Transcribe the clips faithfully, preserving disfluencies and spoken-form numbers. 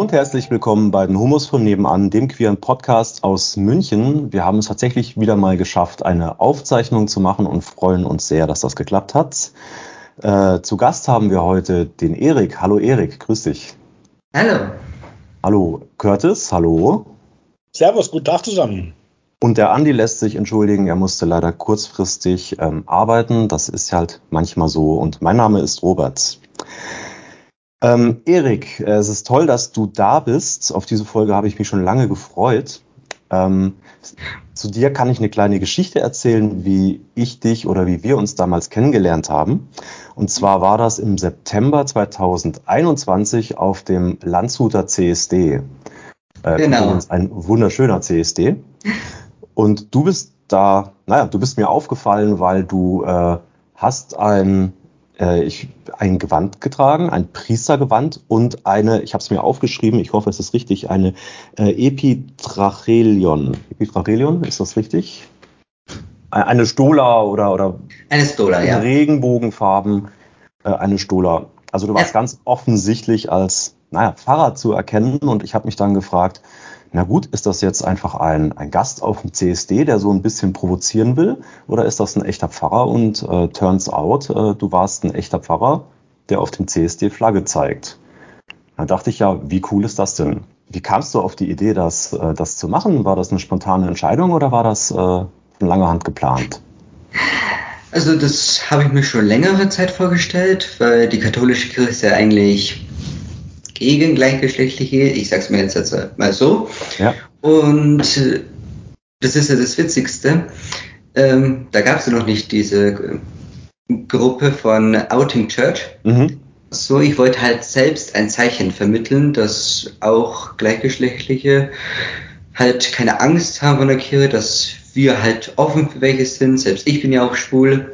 und herzlich willkommen bei den Hummus von nebenan, dem queeren Podcast aus München. Wir haben es tatsächlich wieder mal geschafft, eine Aufzeichnung zu machen und freuen uns sehr, dass das geklappt hat. Äh, zu Gast haben wir heute den Erik. Hallo Erik, grüß dich. Hallo. Hallo Curtis, hallo. Servus, guten Tag zusammen. Und der Andi lässt sich entschuldigen, er musste leider kurzfristig ähm, arbeiten. Das ist halt manchmal so. Und mein Name ist Robert. Ähm, Erik, es ist toll, dass du da bist. Auf diese Folge habe ich mich schon lange gefreut. Ähm, zu dir kann ich eine kleine Geschichte erzählen, wie ich dich oder wie wir uns damals kennengelernt haben. Und zwar war das im September zweitausendeinundzwanzig auf dem Landshuter C S D. Äh, Genau. Übrigens ein wunderschöner C S D. Und du bist da, naja, du bist mir aufgefallen, weil du äh, hast ein Ich, ein Gewand getragen, ein Priestergewand und eine, ich habe es mir aufgeschrieben, ich hoffe, es ist richtig, eine äh, Epitrachelion. Epitrachelion, ist das richtig? Eine Stola oder, oder Eine Stola, in ja. Regenbogenfarben äh, eine Stola. Also du warst Ja. ganz offensichtlich als, naja, Pfarrer zu erkennen und ich habe mich dann gefragt, na gut, ist das jetzt einfach ein, ein Gast auf dem C S D, der so ein bisschen provozieren will? Oder ist das ein echter Pfarrer? Und äh, turns out, äh, du warst ein echter Pfarrer, der auf dem C S D Flagge zeigt. Da dachte ich ja, wie cool ist das denn? Wie kamst du auf die Idee, das, äh, das zu machen? War das eine spontane Entscheidung oder war das äh, von langer Hand geplant? Also das habe ich mir schon längere Zeit vorgestellt, weil die katholische Kirche ist ja eigentlich gegen gleichgeschlechtliche Ehe. Ich sag's mir jetzt, jetzt mal so. Ja. Und äh, das ist ja das Witzigste. Ähm, da gab es ja noch nicht diese äh, Gruppe von Outing Church. Mhm. So, ich wollte halt selbst ein Zeichen vermitteln, dass auch Gleichgeschlechtliche halt keine Angst haben vor der Kirche, dass wir halt offen für welche sind. Selbst ich bin ja auch schwul.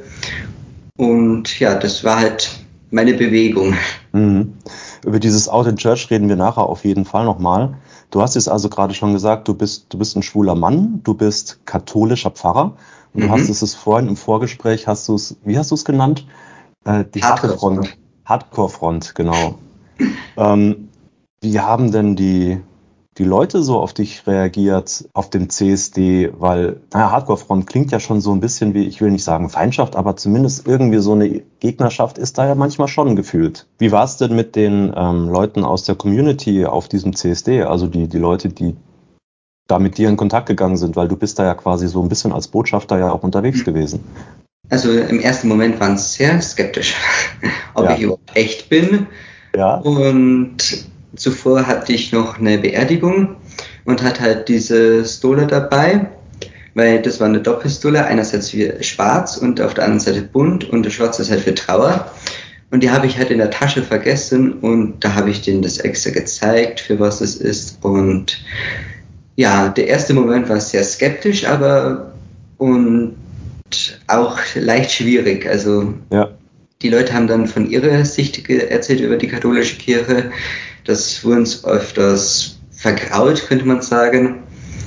Und ja, das war halt meine Bewegung. Mhm. Über dieses Out in Church reden wir nachher auf jeden Fall nochmal. Du hast es also gerade schon gesagt, du bist, du bist ein schwuler Mann, du bist katholischer Pfarrer und du Mhm. hast es es vorhin im Vorgespräch, hast du es, wie hast du es genannt? Äh, die harte Hardcore-Front. Front. Hardcore-Front, genau. Ähm, wie haben denn die, die Leute so auf dich reagiert auf dem C S D? Weil, naja, Hardcore-Front klingt ja schon so ein bisschen wie, ich will nicht sagen Feindschaft, aber zumindest irgendwie so eine Gegnerschaft ist da ja manchmal schon gefühlt. Wie war es denn mit den ähm, Leuten aus der Community auf diesem C S D? Also die, die Leute, die da mit dir in Kontakt gegangen sind, weil du bist da ja quasi so ein bisschen als Botschafter ja auch unterwegs gewesen. Also im ersten Moment waren sie sehr skeptisch, ob Ja. ich überhaupt echt bin. Ja. Und zuvor hatte ich noch eine Beerdigung und hatte halt diese Stola dabei, weil das war eine Doppelstola, einerseits wie schwarz und auf der anderen Seite bunt und das Schwarze ist halt für Trauer. Und die habe ich halt in der Tasche vergessen und da habe ich denen das extra gezeigt, für was es ist. Und ja, der erste Moment war sehr skeptisch, aber und auch leicht schwierig. Also Ja. die Leute haben dann von ihrer Sicht erzählt über die katholische Kirche. Das wurde uns öfters vergrault, könnte man sagen.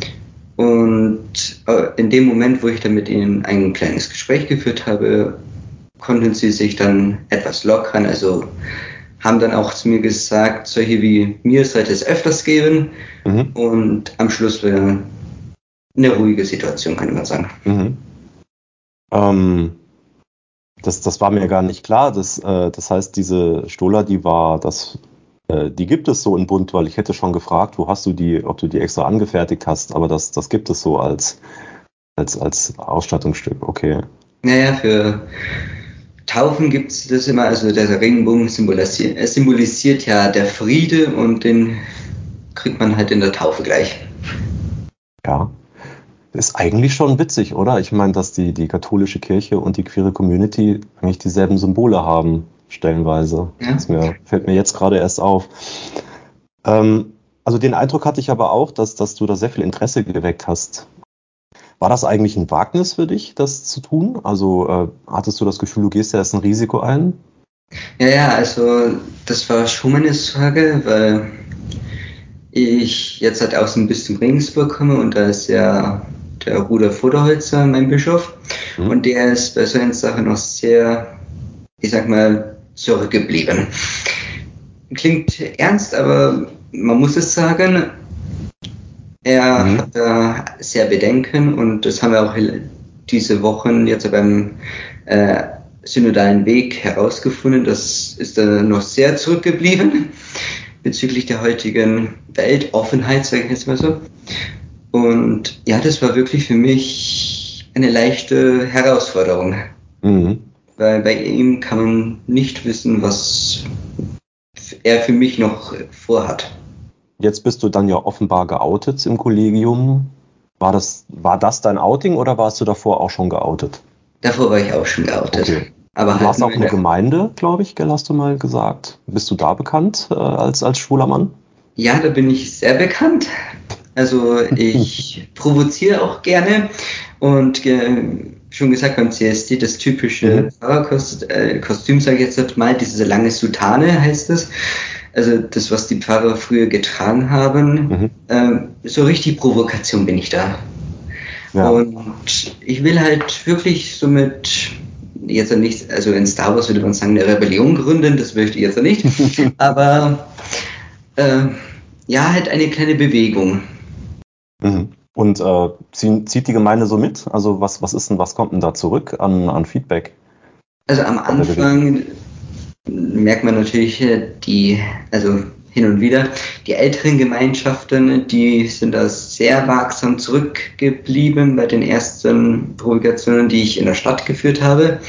Und in dem Moment, wo ich dann mit ihnen ein kleines Gespräch geführt habe, konnten sie sich dann etwas lockern. Also haben dann auch zu mir gesagt, solche wie mir sollte es öfters geben. Mhm. Und am Schluss war eine ruhige Situation, kann man sagen. Mhm. Ähm, das, das war mir gar nicht klar. Das, äh, das heißt, diese Stola, die war, das, äh, die gibt es so in bunt, weil ich hätte schon gefragt, wo hast du die, ob du die extra angefertigt hast, aber das, das gibt es so als, als, als Ausstattungsstück. Okay. Naja, für Taufen gibt es das immer, also der Regenbogen symbolisiert, symbolisiert ja der Friede und den kriegt man halt in der Taufe gleich. Ja. Ist eigentlich schon witzig, oder? Ich meine, dass die, die katholische Kirche und die queere Community eigentlich dieselben Symbole haben, stellenweise. Ja. Das mir, fällt mir jetzt gerade erst auf. Ähm, also den Eindruck hatte ich aber auch, dass, dass du da sehr viel Interesse geweckt hast. War das eigentlich ein Wagnis für dich, das zu tun? Also äh, hattest du das Gefühl, du gehst ja jetzt ein Risiko ein? Ja, ja, also das war schon meine Sorge, weil ich jetzt halt aus dem Bistum Regensburg komme und da ist ja der Bruder Voderholzer mein Bischof Hm? und der ist bei solchen Sachen noch sehr, ich sag mal, zurückgeblieben. Klingt ernst, aber man muss es sagen, er Mhm. hat da sehr Bedenken und das haben wir auch diese Wochen jetzt beim äh, synodalen Weg herausgefunden. Das ist da noch sehr zurückgeblieben bezüglich der heutigen Weltoffenheit, sage ich jetzt mal so. Und ja, das war wirklich für mich eine leichte Herausforderung, Mhm. weil bei ihm kann man nicht wissen, was er für mich noch vorhat. Jetzt bist du dann ja offenbar geoutet im Kollegium. War das, war das dein Outing oder warst du davor auch schon geoutet? Davor war ich auch schon geoutet. Okay. Aber Du halt hast nur auch in eine der, Gemeinde, glaube ich, gell, hast du mal gesagt. Bist du da bekannt äh, als, als schwuler Mann? ja, da bin ich sehr bekannt. Also ich provoziere auch gerne und ge schon gesagt beim C S D, das typische Mhm. Pfarrerkostüm, äh, Kostüm, sage ich jetzt mal, diese lange Soutane heißt es. Also das, was die Pfarrer früher getragen haben. Mhm. Ähm, so richtig Provokation bin ich da. Ja. Und ich will halt wirklich so mit, jetzt nicht, also in Star Wars würde man sagen, eine Rebellion gründen, das möchte ich jetzt nicht, aber äh, ja, halt eine kleine Bewegung. Mhm. Und äh, zieh, zieht die Gemeinde so mit? Also was, was ist denn, was kommt denn da zurück an, an Feedback Also am von der Bewegung? Anfang merkt man natürlich äh, die, also hin und wieder, die älteren Gemeinschaften, die sind da sehr wagsam zurückgeblieben bei den ersten Provokationen, die ich in der Stadt geführt habe.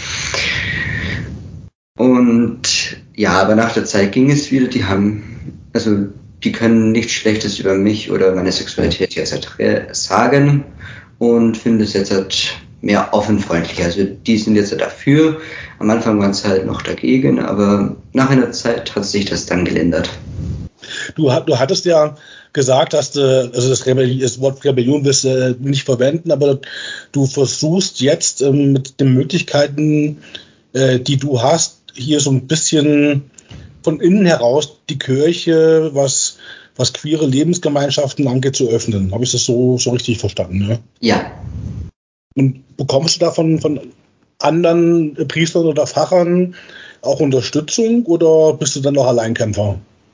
Und ja, aber nach der Zeit ging es wieder, die haben, also die können nichts Schlechtes über mich oder meine Sexualität jetzt halt sagen und finden es jetzt halt mehr offen freundlich. Also die sind jetzt halt dafür. Am Anfang waren es halt noch dagegen, aber nach einer Zeit hat sich das dann gelindert. Du, hat- du hattest ja gesagt, dass du, also das, Rebellion, das Wort Rebellion wirst du nicht verwenden, aber du versuchst jetzt ähm, mit den Möglichkeiten, äh, die du hast, hier so ein bisschen von innen heraus die Kirche, was, was queere Lebensgemeinschaften angeht, zu öffnen. Habe ich das so, so richtig verstanden? Ne? Ja, Und bekommst du da von, von anderen Priestern oder Pfarrern auch Unterstützung oder bist du dann noch Alleinkämpfer?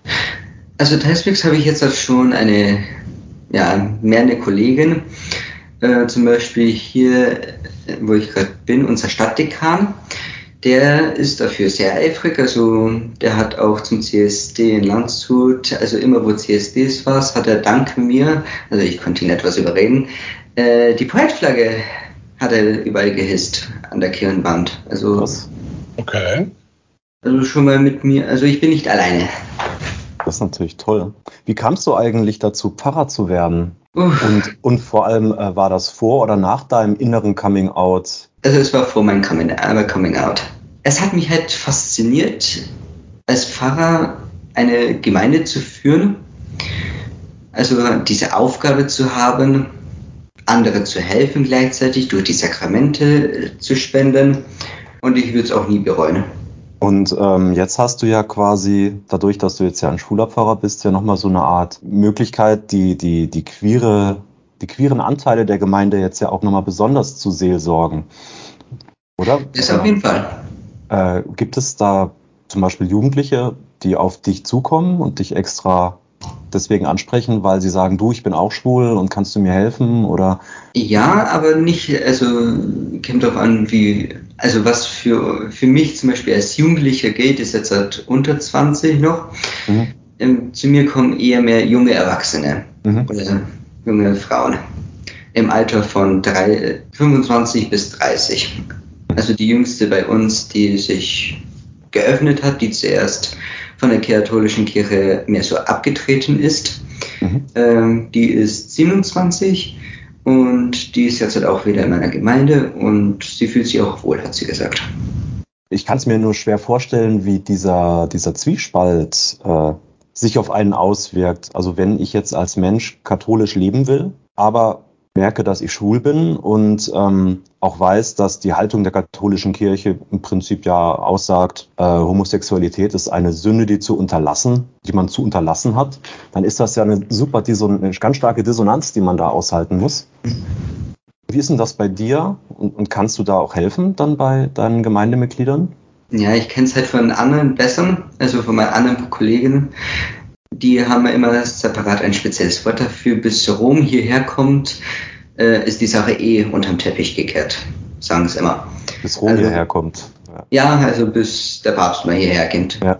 also teilweise habe ich jetzt halt schon eine, ja, mehr eine Kollegin, äh, zum Beispiel hier, äh, wo ich gerade bin, unser Stadtdekan. Der ist dafür sehr eifrig, also der hat auch zum C S D in Landshut, also immer wo C S Ds war, hat er dank mir, also ich konnte ihn etwas überreden, äh, die Pride-Flagge hat er überall gehisst an der Kirchenwand. Also, Krass. Okay. also schon mal mit mir, also ich bin nicht alleine. Das ist natürlich toll. Wie kamst du eigentlich dazu, Pfarrer zu werden? Uff. Und, und vor allem, äh, war das vor oder nach deinem inneren Coming Out? Also es war vor meinem Coming, äh, Coming Out. Es hat mich halt fasziniert, als Pfarrer eine Gemeinde zu führen, also diese Aufgabe zu haben, andere zu helfen gleichzeitig, durch die Sakramente zu spenden und ich würde es auch nie bereuen. Und ähm, jetzt hast du ja quasi, dadurch, dass du jetzt ja ein schwuler Pfarrer bist, ja nochmal so eine Art Möglichkeit, die, die, die queere, die queeren Anteile der Gemeinde jetzt ja auch nochmal besonders zu seelsorgen, oder? Das auf jeden Fall. Äh, gibt es da zum Beispiel Jugendliche, die auf dich zukommen und dich extra deswegen ansprechen, weil sie sagen, du, ich bin auch schwul und kannst du mir helfen? Oder Ja, aber nicht, also kommt drauf an, wie, also was für, für mich zum Beispiel als Jugendlicher gilt, ist jetzt halt unter zwanzig noch. mhm. Ähm, zu mir kommen eher mehr junge Erwachsene Mhm. oder junge Frauen im Alter von drei, fünfundzwanzig bis dreißig. Also die jüngste bei uns, die sich geöffnet hat, die zuerst von der katholischen Kirche mehr so abgetreten ist, Mhm. ähm, die ist siebenundzwanzig und die ist jetzt halt auch wieder in meiner Gemeinde und sie fühlt sich auch wohl, hat sie gesagt. Ich kann es mir nur schwer vorstellen, wie dieser, dieser Zwiespalt äh, sich auf einen auswirkt. Also wenn ich jetzt als Mensch katholisch leben will, aber merke, dass ich schwul bin und ähm, auch weiß, dass die Haltung der katholischen Kirche im Prinzip ja aussagt, äh, Homosexualität ist eine Sünde, die zu unterlassen, die man zu unterlassen hat, dann ist das ja eine super, eine ganz starke Dissonanz, die man da aushalten muss. Wie ist denn das bei dir und, und kannst du da auch helfen dann bei deinen Gemeindemitgliedern? Ja, ich kenne es halt von anderen Bessern, also von meinen anderen Kolleginnen. die haben immer separat ein spezielles Wort dafür. Bis Rom hierher kommt, äh, ist die Sache eh unterm Teppich gekehrt, sagen sie immer. Bis Rom also, hierher kommt. Ja. ja, also bis der Papst mal hierher geht. Ja.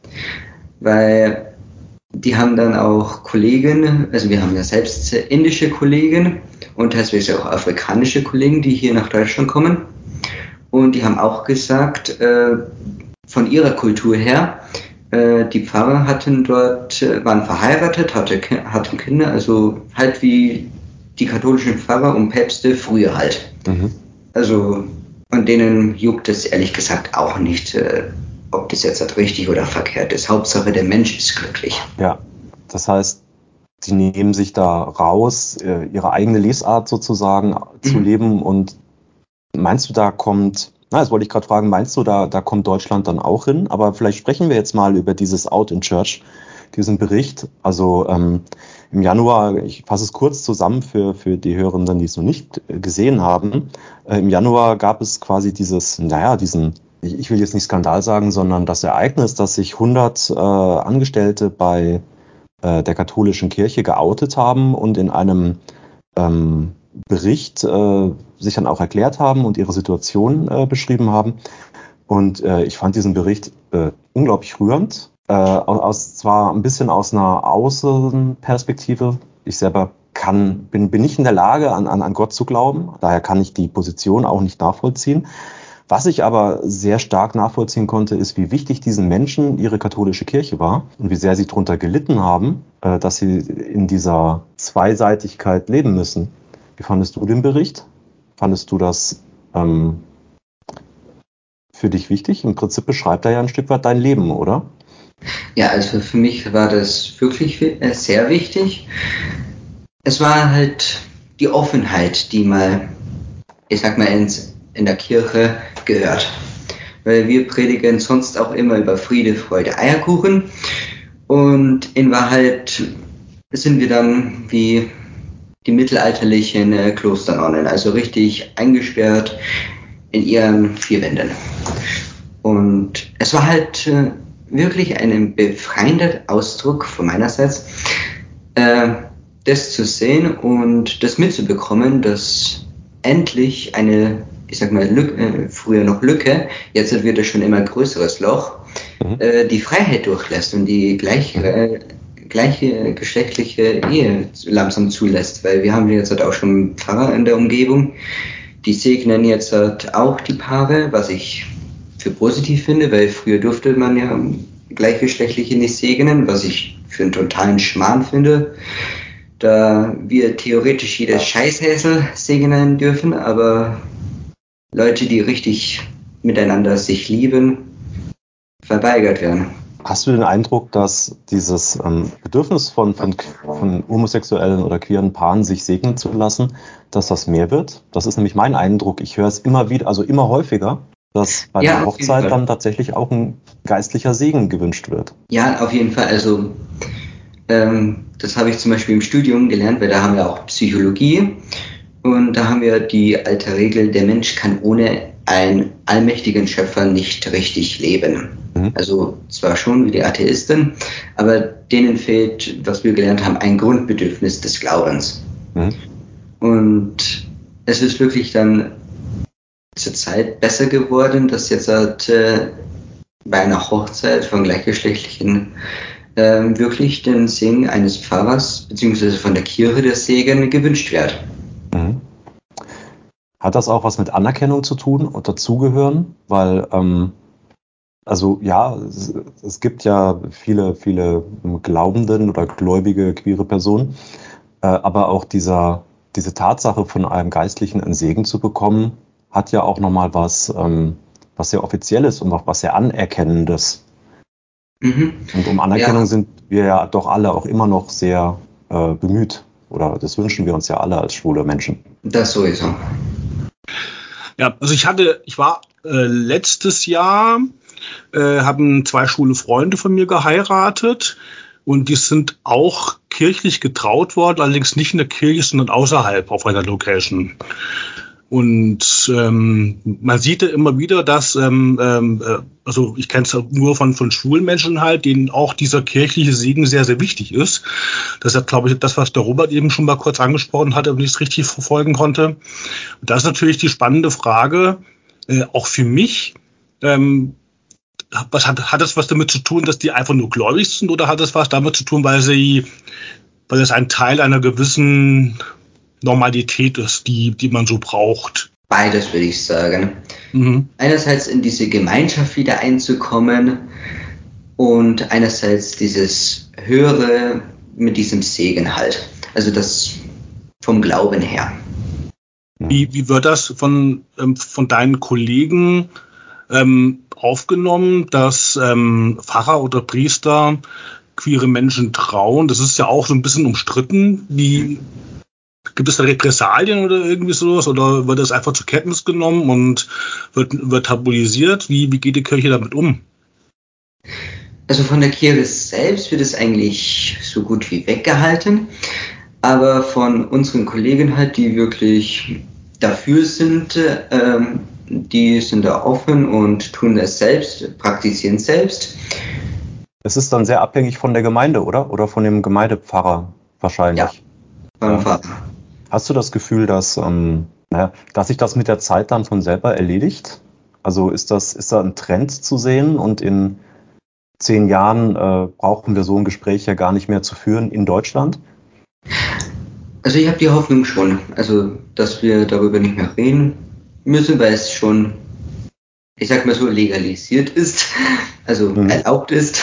Weil die haben dann auch Kollegen, also wir haben ja selbst indische Kollegen und teilweise auch afrikanische Kollegen, die hier nach Deutschland kommen. Und die haben auch gesagt, äh, von ihrer Kultur her, äh, die Pfarrer hatten dort, äh, waren verheiratet, hatte, hatten Kinder, also halt wie die katholischen Pfarrer und Päpste früher halt. Mhm. Also, und denen juckt es ehrlich gesagt auch nicht, äh, ob das jetzt halt richtig oder verkehrt ist. Hauptsache, der Mensch ist glücklich. Ja, das heißt, sie nehmen sich da raus, äh, ihre eigene Lesart sozusagen mhm. zu leben. Und meinst du, da kommt, na, das wollte ich gerade fragen, meinst du, da, da kommt Deutschland dann auch hin? Aber vielleicht sprechen wir jetzt mal über dieses Out in Church, diesen Bericht. Also ähm, im Januar, ich fasse es kurz zusammen für, für die Hörenden, die es noch nicht gesehen haben. Äh, im Januar gab es quasi dieses, naja, diesen, ich, ich will jetzt nicht Skandal sagen, sondern das Ereignis, dass sich hundert äh, Angestellte bei äh, der katholischen Kirche geoutet haben und in einem ähm, Bericht äh, sich dann auch erklärt haben und ihre Situation äh, beschrieben haben. Und äh, ich fand diesen Bericht äh, unglaublich rührend. Äh, aus, zwar ein bisschen aus einer Außenperspektive. Ich selber kann, bin, bin nicht in der Lage, an, an, an Gott zu glauben. Daher kann ich die Position auch nicht nachvollziehen. Was ich aber sehr stark nachvollziehen konnte, ist, wie wichtig diesen Menschen ihre katholische Kirche war und wie sehr sie darunter gelitten haben, äh, dass sie in dieser Zweiseitigkeit leben müssen. Wie fandest du den Bericht? Fandest du das ähm, für dich wichtig? Im Prinzip beschreibt er ja ein Stück weit dein Leben, oder? Ja, also für mich war das wirklich äh, sehr wichtig. Es war halt die Offenheit, die mal, ich sag mal, ins, in der Kirche gehört. Weil wir predigen sonst auch immer über Friede, Freude, Eierkuchen. Und in Wahrheit sind wir dann wie die mittelalterlichen äh, Klosternonnen, also richtig eingesperrt in ihren vier Wänden. Und es war halt äh, wirklich ein befreiender Ausdruck von meinerseits, äh, das zu sehen und das mitzubekommen, dass endlich eine, ich sag mal, Lücke, äh, früher noch Lücke, jetzt wird es schon immer ein größeres Loch, mhm. äh, die Freiheit durchlässt und die gleiche, äh, gleiche geschlechtliche Ehe langsam zulässt, weil wir haben jetzt halt auch schon Pfarrer in der Umgebung, die segnen jetzt halt auch die Paare, was ich für positiv finde, weil früher durfte man ja gleichgeschlechtliche nicht segnen, was ich für einen totalen Schmarrn finde, da wir theoretisch jede Scheißhäsel segnen dürfen, aber Leute, die richtig miteinander sich lieben, verweigert werden. Hast du den Eindruck, dass dieses ähm, Bedürfnis von, von, von homosexuellen oder queeren Paaren, sich segnen zu lassen, dass das mehr wird? Das ist nämlich mein Eindruck. Ich höre es immer wieder, also immer häufiger, dass bei ja, der Hochzeit dann tatsächlich auch ein geistlicher Segen gewünscht wird. Ja, auf jeden Fall. Also ähm, das habe ich zum Beispiel im Studium gelernt, weil da haben wir auch Psychologie und da haben wir die alte Regel, der Mensch kann ohne einen allmächtigen Schöpfer nicht richtig leben. Mhm. Also zwar schon wie die Atheisten, aber denen fehlt, was wir gelernt haben, ein Grundbedürfnis des Glaubens. Mhm. Und es ist wirklich dann zur Zeit besser geworden, dass jetzt halt äh, bei einer Hochzeit von Gleichgeschlechtlichen äh, wirklich den Segen eines Pfarrers bzw. von der Kirche der Segen gewünscht wird. Mhm. Hat das auch was mit Anerkennung zu tun und dazugehören? Weil, ähm, also ja, es, es gibt ja viele, viele Glaubenden oder gläubige queere Personen, äh, aber auch dieser, diese Tatsache von einem Geistlichen einen Segen zu bekommen, hat ja auch nochmal was, ähm, was sehr Offizielles und auch was sehr Anerkennendes. Mhm. Und um Anerkennung ja. sind wir ja doch alle auch immer noch sehr äh, bemüht. Oder das wünschen wir uns ja alle als schwule Menschen. Das sowieso. Ja, also ich hatte, ich war äh, letztes Jahr, äh, haben zwei schwule Freunde von mir geheiratet und die sind auch kirchlich getraut worden, allerdings nicht in der Kirche, sondern außerhalb auf einer Location. Und ähm, man sieht ja immer wieder, dass, ähm, ähm, also ich kenne es nur von, von schwulen Menschen halt, denen auch dieser kirchliche Segen sehr, sehr wichtig ist. Deshalb glaube ich, das, was der Robert eben schon mal kurz angesprochen hatte, wenn ich es richtig verfolgen konnte. Und das ist natürlich die spannende Frage, äh, auch für mich, ähm, was hat, hat das was damit zu tun, dass die einfach nur gläubig sind, oder hat es was damit zu tun, weil sie, weil es ein Teil einer gewissen Normalität ist, die, die man so braucht? Beides würde ich sagen. Mhm. Einerseits in diese Gemeinschaft wieder einzukommen und einerseits dieses Höhere mit diesem Segen halt. Also das vom Glauben her. Wie, wie wird das von, ähm, von deinen Kollegen ähm, aufgenommen, dass ähm, Pfarrer oder Priester queere Menschen trauen? Das ist ja auch so ein bisschen umstritten. Wie, gibt es da Repressalien oder irgendwie sowas? Oder wird das einfach zur Kenntnis genommen und wird, wird tabuisiert? Wie, wie geht die Kirche damit um? Also von der Kirche selbst wird es eigentlich so gut wie weggehalten. Aber von unseren Kollegen halt, die wirklich dafür sind, ähm, die sind da offen und tun das selbst, praktizieren selbst. Es ist dann sehr abhängig von der Gemeinde, oder? Oder von dem Gemeindepfarrer wahrscheinlich. Ja, vom Ja. Pfarrer. Hast du das Gefühl, dass, ähm, naja, dass sich das mit der Zeit dann von selber erledigt? Also ist das, ist da ein Trend zu sehen und in zehn Jahren äh, brauchen wir so ein Gespräch ja gar nicht mehr zu führen in Deutschland? Also ich habe die Hoffnung schon, also dass wir darüber nicht mehr reden müssen, weil es schon, ich sag mal so, legalisiert ist, also Mhm. erlaubt ist.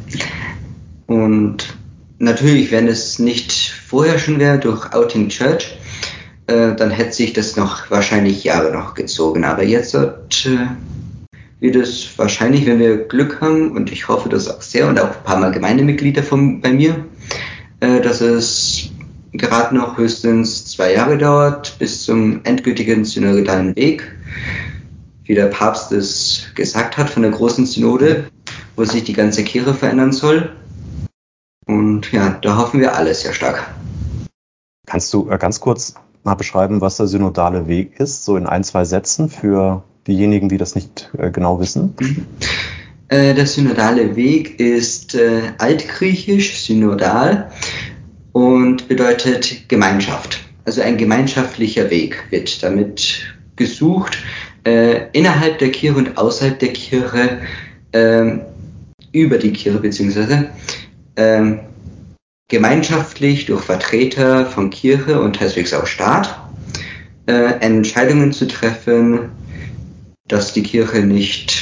Und natürlich, wenn es nicht vorher schon wäre durch Outing Church, äh, dann hätte sich das noch wahrscheinlich Jahre noch gezogen. Aber jetzt äh, wird es wahrscheinlich, wenn wir Glück haben, und ich hoffe das auch sehr, und auch ein paar Mal Gemeindemitglieder von, bei mir, äh, dass es gerade noch höchstens zwei Jahre dauert bis zum endgültigen synodalen Weg, wie der Papst es gesagt hat, von der großen Synode, wo sich die ganze Kirche verändern soll. Und ja, da hoffen wir alle sehr stark. Kannst du äh, ganz kurz mal beschreiben, was der synodale Weg ist, so in ein, zwei Sätzen für diejenigen, die das nicht äh, genau wissen? Äh, der synodale Weg ist äh, altgriechisch synodal und bedeutet Gemeinschaft. Also ein gemeinschaftlicher Weg wird damit gesucht, äh, innerhalb der Kirche und außerhalb der Kirche, äh, über die Kirche beziehungsweise äh, gemeinschaftlich durch Vertreter von Kirche und halbwegs auch Staat äh, Entscheidungen zu treffen, dass die Kirche nicht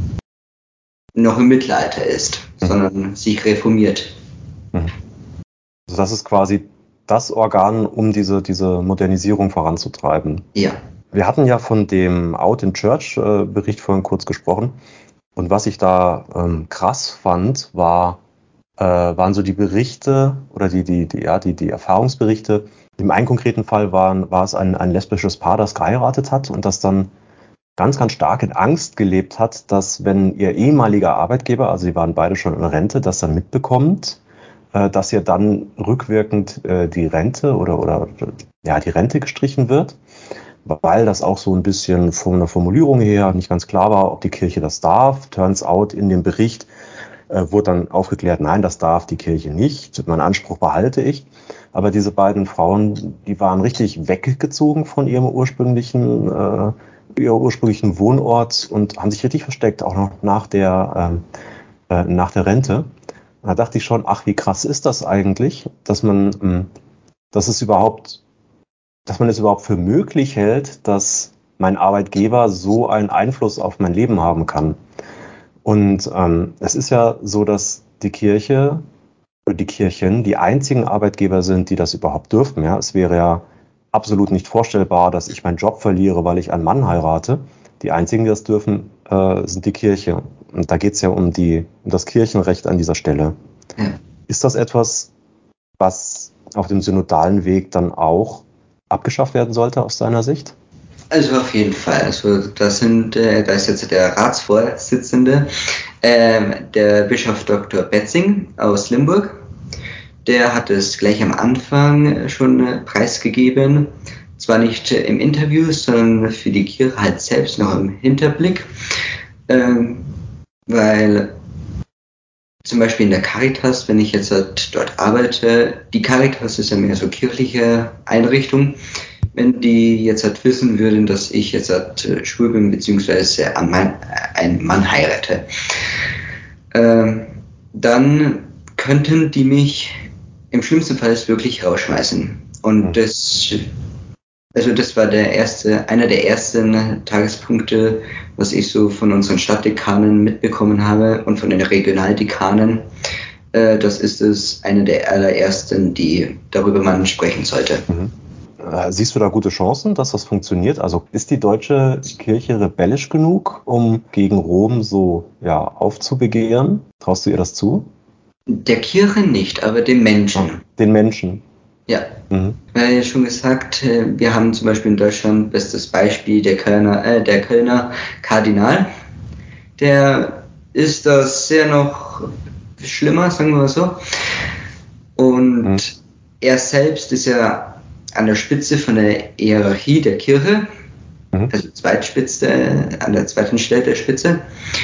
noch im Mittelalter ist, mhm. sondern sich reformiert. Mhm. Also das ist quasi das Organ, um diese, diese Modernisierung voranzutreiben. Ja. Wir hatten ja von dem Out in Church äh, Bericht vorhin kurz gesprochen. Und was ich da ähm, krass fand, war, äh, waren so die Berichte oder die, die, die, ja, die, die Erfahrungsberichte. Im einen konkreten Fall waren, war es ein, ein lesbisches Paar, das geheiratet hat und das dann ganz, ganz stark in Angst gelebt hat, dass wenn ihr ehemaliger Arbeitgeber, also sie waren beide schon in Rente, das dann mitbekommt, äh, dass ihr dann rückwirkend äh, die Rente oder, oder ja, die Rente gestrichen wird, weil das auch so ein bisschen von der Formulierung her nicht ganz klar war, ob die Kirche das darf. Turns out, in dem Bericht äh, wurde dann aufgeklärt, nein, das darf die Kirche nicht. Meinen Anspruch behalte ich. Aber diese beiden Frauen, die waren richtig weggezogen von ihrem ursprünglichen, äh, ihrer ursprünglichen Wohnort und haben sich richtig versteckt, auch noch nach der, äh, nach der Rente. Und da dachte ich schon, ach, wie krass ist das eigentlich, dass man, dass es überhaupt, dass man es überhaupt für möglich hält, dass mein Arbeitgeber so einen Einfluss auf mein Leben haben kann. Und ähm, es ist ja so, dass die Kirche oder die Kirchen die einzigen Arbeitgeber sind, die das überhaupt dürfen. Ja? Es wäre ja absolut nicht vorstellbar, dass ich meinen Job verliere, weil ich einen Mann heirate. Die einzigen, die das dürfen, äh, sind die Kirche. Und da geht es ja um, die, um das Kirchenrecht an dieser Stelle. Ja. Ist das etwas, was auf dem synodalen Weg dann auch abgeschafft werden sollte aus deiner Sicht? Also auf jeden Fall. Also das sind, äh, da ist jetzt der Ratsvorsitzende, äh, der Bischof Doktor Betzing aus Limburg. Der hat es gleich am Anfang schon preisgegeben, zwar nicht äh, im Interview, sondern für die Kirche halt selbst noch im Hinterblick, ähm, weil zum Beispiel in der Caritas, wenn ich jetzt halt dort arbeite, die Caritas ist ja mehr so kirchliche Einrichtung. Wenn die jetzt halt wissen würden, dass ich jetzt halt schwul bin, beziehungsweise einen Mann, einen Mann heirate, ähm, dann könnten die mich im schlimmsten Fall wirklich rausschmeißen. Und das, also das war der erste, einer der ersten Tagespunkte, was ich so von unseren Stadtdekanen mitbekommen habe und von den Regionaldekanen. Äh, das ist es, eine der allerersten, die darüber man sprechen sollte. Mhm. Äh, siehst du da gute Chancen, dass das funktioniert? Also ist die deutsche Kirche rebellisch genug, um gegen Rom so ja, aufzubegehren? Traust du ihr das zu? Der Kirche nicht, aber den Menschen. Ah, den Menschen. Ja, mhm. weil ja schon gesagt, wir haben zum Beispiel in Deutschland bestes Beispiel der Kölner, äh, der Kölner Kardinal. Der ist das sehr noch schlimmer, sagen wir mal so. Und mhm. er selbst ist ja an der Spitze von der Hierarchie der Kirche, mhm. also Zweitspitze, an der zweiten Stelle der Spitze.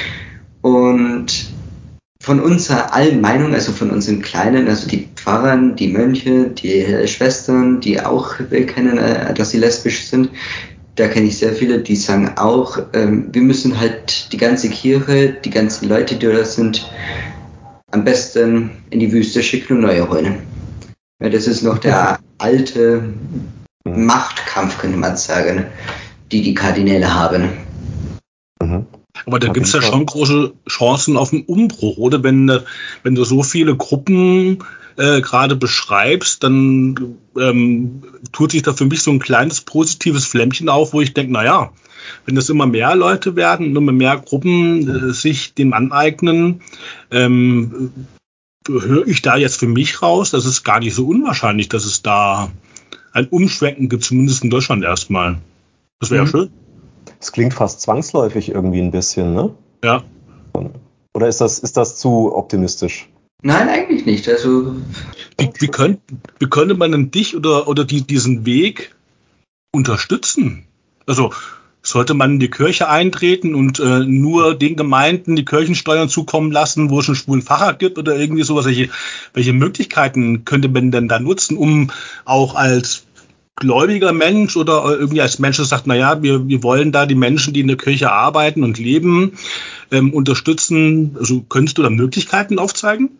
Und von unserer allen Meinung, also von unseren Kleinen, also die Pfarrern, die Mönche, die Schwestern, die auch bekennen, dass sie lesbisch sind, da kenne ich sehr viele, die sagen auch, ähm, wir müssen halt die ganze Kirche, die ganzen Leute, die da sind, am besten in die Wüste schicken und neue holen. Weil das ist noch der alte Machtkampf, könnte man sagen, die die Kardinäle haben. Mhm. Aber da gibt es ja schon große Chancen auf einen Umbruch, oder? Wenn, wenn du so viele Gruppen äh, gerade beschreibst, dann ähm, tut sich da für mich so ein kleines positives Flämmchen auf, wo ich denke, naja, wenn das immer mehr Leute werden und immer mehr Gruppen äh, sich dem aneignen, ähm, höre ich da jetzt für mich raus, das ist gar nicht so unwahrscheinlich, dass es da ein Umschwenken gibt, zumindest in Deutschland erstmal. Das wäre mhm. ja schön. Es klingt fast zwangsläufig irgendwie ein bisschen, ne? Ja. Oder ist das, ist das zu optimistisch? Nein, eigentlich nicht. Also wie, wie, könnt, wie könnte man denn dich oder, oder die, diesen Weg unterstützen? Also sollte man in die Kirche eintreten und äh, nur den Gemeinden die Kirchensteuern zukommen lassen, wo es einen schwulen Pfarrer gibt oder irgendwie sowas? Welche, welche Möglichkeiten könnte man denn da nutzen, um auch als gläubiger Mensch oder irgendwie als Mensch, der sagt, naja, wir, wir wollen da die Menschen, die in der Kirche arbeiten und leben, ähm, unterstützen. Also könntest du da Möglichkeiten aufzeigen?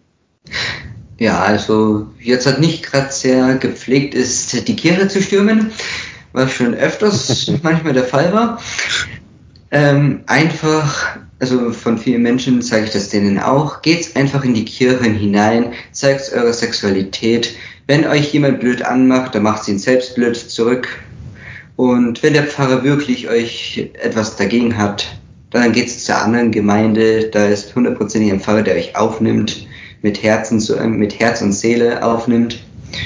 Ja, also jetzt hat nicht gerade sehr gepflegt ist, die Kirche zu stürmen, was schon öfters manchmal der Fall war. Ähm, einfach, also von vielen Menschen sage ich das denen auch, geht's einfach in die Kirchen hinein, zeigt eure Sexualität. Wenn euch jemand blöd anmacht, dann macht sie ihn selbst blöd zurück. Und wenn der Pfarrer wirklich euch etwas dagegen hat, dann geht's zur anderen Gemeinde, da ist hundertprozentig ein Pfarrer, der euch aufnimmt, mit Herzen, mit Herz und Seele aufnimmt.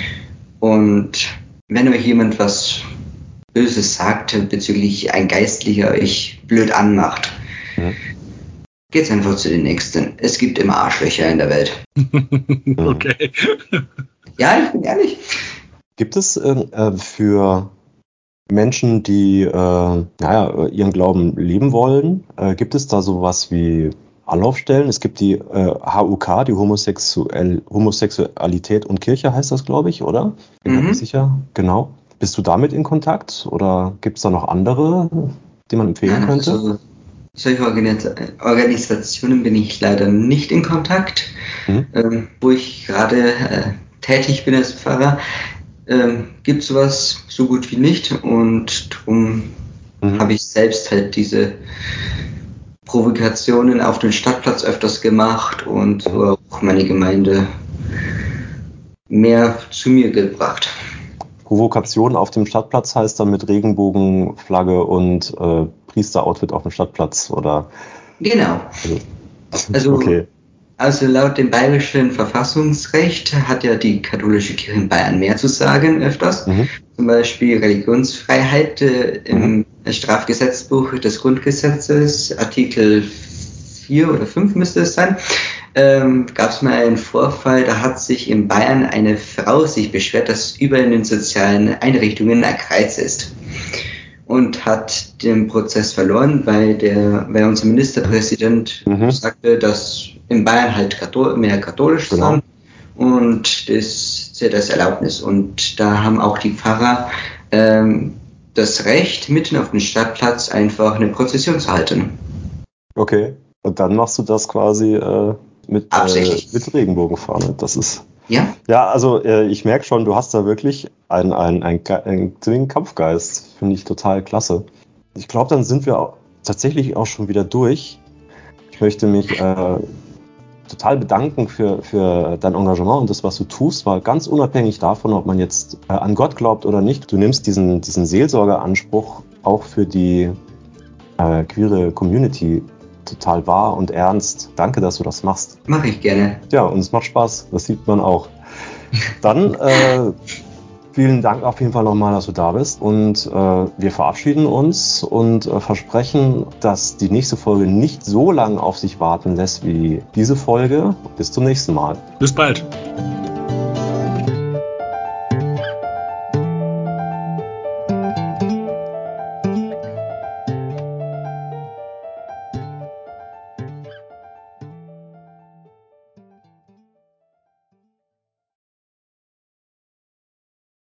Und wenn euch jemand was Böses sagt, bezüglich ein Geistlicher euch blöd anmacht, mhm. geht's einfach zu den Nächsten. Es gibt immer Arschlöcher in der Welt. Okay. Ja, ich bin ehrlich. Gibt es äh, für Menschen, die äh, naja, ihren Glauben leben wollen, äh, gibt es da sowas wie Anlaufstellen? Es gibt die äh, H U K, die Homosexuell, Homosexualität und Kirche heißt das, glaube ich, oder? Bin mhm. ich sicher. Genau. Bist du damit in Kontakt oder gibt es da noch andere, die man empfehlen Nein, könnte? Also, solche Organis- Organisationen bin ich leider nicht in Kontakt. Mhm. Ähm, wo ich gerade äh, tätig bin als Pfarrer, ähm, gibt es sowas so gut wie nicht und darum mhm. habe ich selbst halt diese Provokationen auf den Stadtplatz öfters gemacht und mhm. auch meine Gemeinde mehr zu mir gebracht. Provokation auf dem Stadtplatz heißt dann mit Regenbogenflagge und äh, Priesteroutfit auf dem Stadtplatz, oder? Genau. Also, okay. also laut dem bayerischen Verfassungsrecht hat ja die katholische Kirche in Bayern mehr zu sagen öfters. Mhm. Zum Beispiel Religionsfreiheit äh, im mhm. Strafgesetzbuch des Grundgesetzes, Artikel vier oder fünf müsste es sein. ähm, gab es mal einen Vorfall, da hat sich in Bayern eine Frau sich beschwert, dass überall in den sozialen Einrichtungen ein Kreuz ist. Und hat den Prozess verloren, weil, der, weil unser Ministerpräsident mhm. sagte, dass in Bayern halt Kathol- mehr katholisch genau. sind und das ist ja das Erlaubnis. Und da haben auch die Pfarrer ähm, das Recht, mitten auf dem Stadtplatz einfach eine Prozession zu halten. Okay, und dann machst du das quasi äh, mit, äh, mit Regenbogenfahne. Das ist ja, ja also äh, ich merke schon, du hast da wirklich einen, einen, einen, einen, einen Kampfgeist. Finde ich total klasse. Ich glaube, dann sind wir auch, tatsächlich auch schon wieder durch. Ich möchte mich äh, total bedanken für, für dein Engagement und das, was du tust, weil ganz unabhängig davon, ob man jetzt äh, an Gott glaubt oder nicht, du nimmst diesen, diesen Seelsorgeranspruch auch für die äh, queere Community total wahr und ernst. Danke, dass du das machst. Mache ich gerne. Ja, und es macht Spaß, das sieht man auch. Dann äh, vielen Dank auf jeden Fall nochmal, dass du da bist und äh, wir verabschieden uns und äh, versprechen, dass die nächste Folge nicht so lange auf sich warten lässt wie diese Folge. Bis zum nächsten Mal. Bis bald.